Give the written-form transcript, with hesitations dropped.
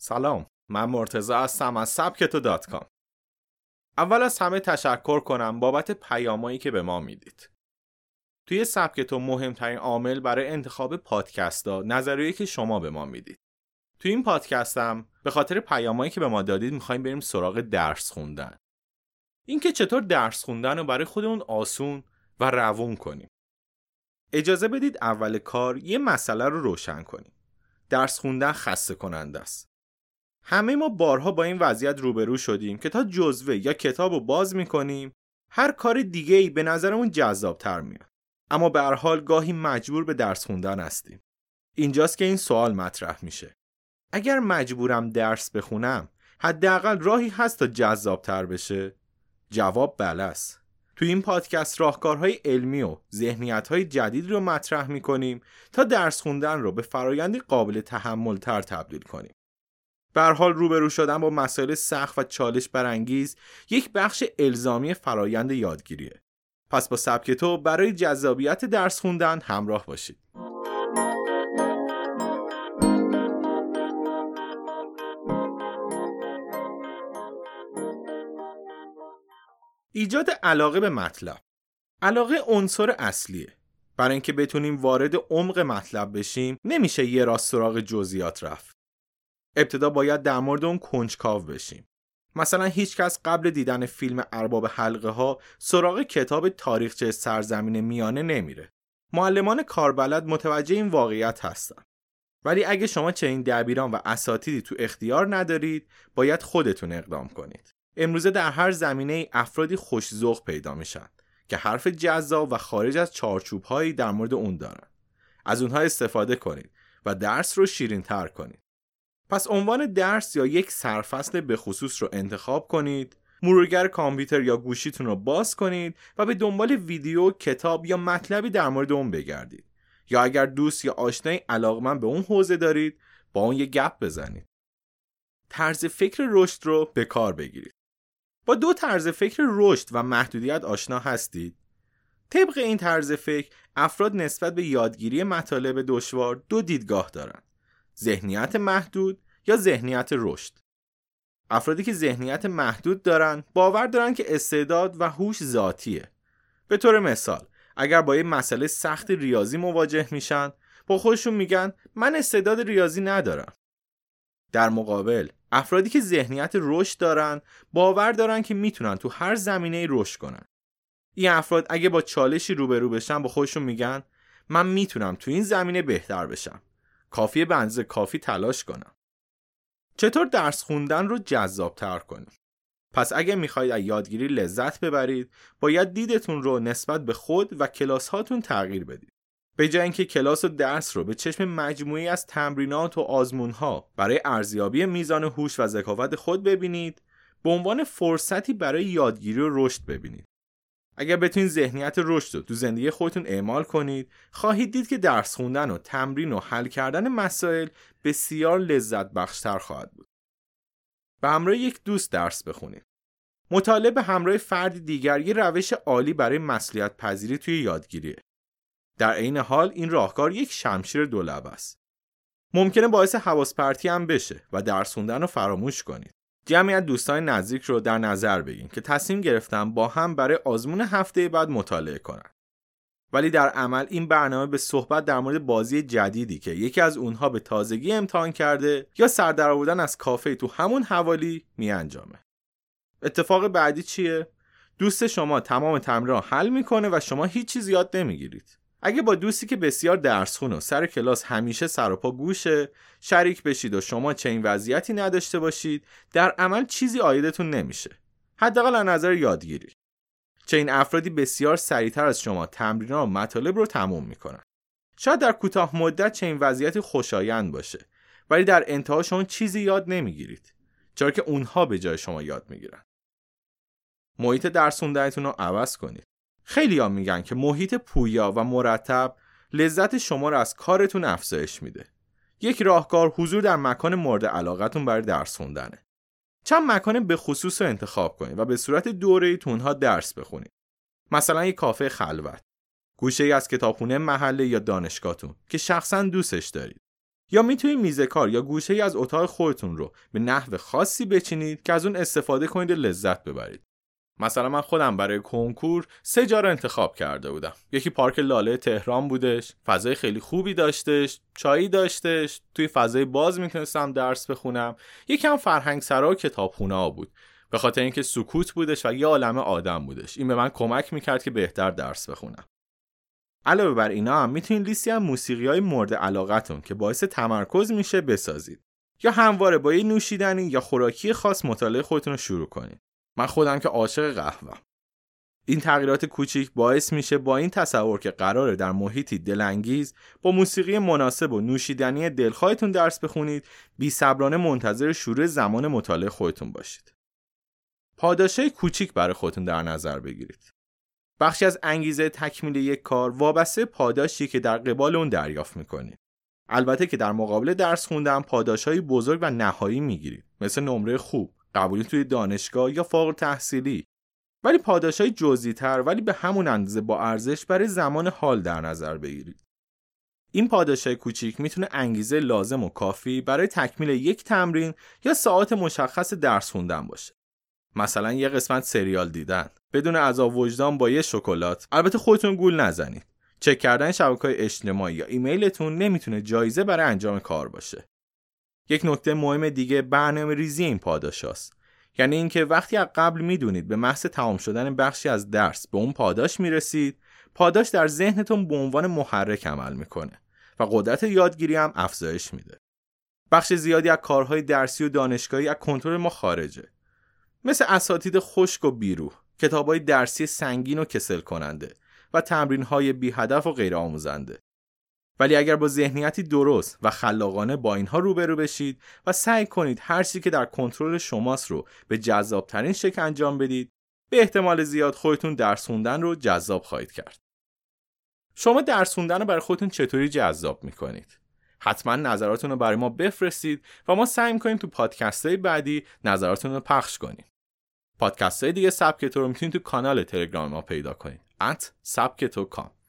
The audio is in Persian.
سلام، من مرتضی هستم از sabketo.com. اول از همه تشکر کنم بابت پیامایی که به ما میدید. توی سبکتو مهمترین عامل برای انتخاب پادکست‌ها نظریه‌ای که شما به ما میدید. توی این پادکستم به خاطر پیامایی که به ما دادید می‌خوایم بریم سراغ درس خوندن. اینکه چطور درس خوندن رو برای خودمون آسون و روون کنیم. اجازه بدید اول کار یه مسئله رو روشن کنیم. درس خوندن خسته کننده است. همه ما بارها با این وضعیت روبرو شدیم که تا جزوه یا کتاب رو باز می‌کنیم هر کار دیگه‌ای به نظرمون جذاب‌تر میاد. اما به هر حال گاهی مجبور به درس خوندن هستیم. اینجاست که این سوال مطرح میشه. اگر مجبورم درس بخونم، حداقل راهی هست تا جذاب‌تر بشه؟ جواب بله است. تو این پادکست راهکارهای علمی و ذهنیت‌های جدید رو مطرح می‌کنیم تا درس خوندن رو به فرآیندی قابل تحمل‌تر تبدیل کنیم. به هر حال روبرو شدن با مسائل سخت و چالش برانگیز یک بخش الزامی فرآیند یادگیریه. پس با سبکتو برای جذابیت درس خوندن همراه باشید. ایجاد علاقه به مطلب. علاقه عنصر اصلیه. برای اینکه بتونیم وارد عمق مطلب بشیم، نمیشه یه راست سراغ جزئیات رفت. ابتدا باید در مورد اون کنجکاو بشیم. مثلا هیچ کس قبل دیدن فیلم ارباب حلقه ها سراغ کتاب تاریخچه سرزمین میانه نمیره. معلمان کاربلد متوجه این واقعیت هستن. ولی اگه شما چنین دبیران و اساتیدی تو اختیار ندارید، باید خودتون اقدام کنید. امروزه در هر زمینه افرادی خوش‌ذوق پیدا میشن که حرف جذاب و خارج از چارچوب‌هایی در مورد اون دارن. از اونها استفاده کنید و درس رو شیرین‌تر کنید. پس عنوان درس یا یک سرفصل به خصوص رو انتخاب کنید، مرورگر کامپیوتر یا گوشیتون رو باز کنید و به دنبال ویدیو، کتاب یا مطلبی در مورد اون بگردید. یا اگر دوست یا آشنایی علاقه‌مند به اون حوزه دارید، با اون یه گپ بزنید. طرز فکر رشد رو به کار بگیرید. با دو طرز فکر رشد و محدودیت آشنا هستید؟ طبق این طرز فکر، افراد نسبت به یادگیری مطالب دشوار دو دیدگاه دارند. ذهنیت محدود یا ذهنیت رشد. افرادی که ذهنیت محدود دارن باور دارن که استعداد و هوش ذاتیه. به طور مثال اگر با یه مسئله سخت ریاضی مواجه میشن، با خودشون میگن من استعداد ریاضی ندارم. در مقابل افرادی که ذهنیت رشد دارن باور دارن که میتونن تو هر زمینه‌ای رشد کنن. این افراد اگه با چالشی روبرو بشن با خودشون میگن من میتونم تو این زمینه بهتر بشم. کافیه به اندازه کافی تلاش کنم. چطور درس خوندن رو جذاب‌تر کنیم؟ پس اگه میخواید از یادگیری لذت ببرید، باید دیدتون رو نسبت به خود و کلاس هاتون تغییر بدید. به جای اینکه کلاس و درس رو به چشم مجموعی از تمرینات و آزمون‌ها برای ارزیابی میزان هوش و ذکاوت خود ببینید، به عنوان فرصتی برای یادگیری و رشد ببینید. اگر بتونید ذهنیت رشد رو تو زندگی خودتون اعمال کنید، خواهید دید که درس خوندن و تمرین و حل کردن مسائل بسیار لذت بخشتر خواهد بود. به همراه یک دوست درس بخونید. مطالعه به همراه فردی دیگر یه روش عالی برای مسئولیت پذیری توی یادگیریه. در عین حال این راهکار یک شمشیر دولبه است. ممکنه باعث حواس پرتی هم بشه و درس خوندن رو فراموش کنید. جمعی از دوستان نزدیک رو در نظر بگیرید که تصمیم گرفتن با هم برای آزمون هفته بعد مطالعه کنن. ولی در عمل این برنامه به صحبت در مورد بازی جدیدی که یکی از اونها به تازگی امتحان کرده یا سر درآوردن از کافه تو همون حوالی میانجامه. اتفاق بعدی چیه؟ دوست شما تمام تمرین رو حل میکنه و شما هیچ چیز یاد نمیگیرید. اگه با دوستی که بسیار درسخون و سر کلاس همیشه سر و پا گوشه شریک بشید و شما چنین وضعیتی نداشته باشید، در عمل چیزی عایدتون نمیشه. حداقل از نظر یادگیری. چنین افرادی بسیار سریعتر از شما تمرین‌ها و مطالب رو تموم میکنن. شاید در کوتاه مدت چنین وضعیتی خوشایند باشه، ولی در انتها شما چیزی یاد نمیگیرید، چرا که اونها به جای شما یاد میگیرن. محیط درس خوندنتون رو عوض کنید. خیلی‌ها میگن که محیط پویا و مرتب لذت شما رو از کارتون افزایش میده. یک راهکار حضور در مکان مورد علاقتون برای درس خوندنه. چند مکان به خصوص رو انتخاب کنید و به صورت دوره‌ای تو اونها درس بخونید. مثلا یک کافه خلوت، گوشه‌ای از کتابخونه محله یا دانشگاهتون که شخصاً دوستش دارید. یا میتونید میز کار یا گوشه‌ای از اتاق خودتون رو به نحو خاصی بچینید که از اون استفاده کنید و لذت ببرید. مثلا من خودم برای کنکور 3 جا رو انتخاب کرده بودم. یکی پارک لاله تهران بودش، فضای خیلی خوبی داشتش، چایی داشتش، توی فضای باز میتونستم درس بخونم. یکی هم فرهنگ سرا و کتابخونه ها بود، به خاطر اینکه سکوت بودش و یه عالمه آدم بودش. این به من کمک میکرد که بهتر درس بخونم. علاوه بر اینا هم میتونید لیستی از موسیقی‌های مورد علاقتون که باعث تمرکز میشه بسازید، یا همواره با یه نوشیدنی یا خوراکی خاص مطالعه خودتون رو شروع کنید. من خودم که عاشق قهوه‌ام. این تغییرات کوچیک باعث میشه با این تصور که قراره در محیطی دلانگیز با موسیقی مناسب و نوشیدنی دلخواهتون درس بخونید، بی‌صبرانه منتظر شروع زمان مطالعه خودتون باشید. پاداشای کوچیک برای خودتون در نظر بگیرید. بخشی از انگیزه تکمیل یک کار وابسته پاداشی که در قبال اون دریافت میکنید. البته که در مقابل درس خوندن پاداشای بزرگ و نهایی میگیرید، مثل نمره خوب، قبولی توی دانشگاه یا فوق التحصیلی. ولی پاداشای جزئی‌تر ولی به همون اندازه با ارزش برای زمان حال در نظر بگیرید. این پاداشای کوچیک میتونه انگیزه لازم و کافی برای تکمیل یک تمرین یا ساعات مشخص درس خوندن باشه. مثلا یه قسمت سریال دیدن بدون عذاب وجدان با یه شکلات. البته خودتون گول نزنید. چک کردن شبکه‌های اجتماعی یا ایمیلتون نمیتونه جایزه برای انجام کار باشه. یک نکته مهم دیگه برنامه‌ریزی این پاداشاست. یعنی اینکه وقتی از قبل میدونید به محض تمام شدن بخشی از درس به اون پاداش میرسید، پاداش در ذهنتون به عنوان محرک عمل میکنه و قدرت یادگیری هم افزایش میده. بخش زیادی از کارهای درسی و دانشگاهی از کنترل ما خارجه. مثل اساتید خشک و بیروح، کتاب‌های درسی سنگین و کسل کننده و تمرین‌های بی هدف و غیر آموزنده. ولی اگر با ذهنیتی درست و خلاقانه با اینها روبرو بشید و سعی کنید هر چیزی که در کنترل شماست رو به جذاب‌ترین شکل انجام بدید، به احتمال زیاد خودتون درس خوندن رو جذاب خواهید کرد. شما درس خوندن رو برای خودتون چطوری جذاب می‌کنید؟ حتما نظراتتون رو برای ما بفرستید و ما سعی می‌کنیم تو پادکست‌های بعدی نظراتتون رو پخش کنیم. پادکست‌های دیگه سبکتو رو میتونید تو کانال تلگرام ما پیدا کنید @sabketo.com.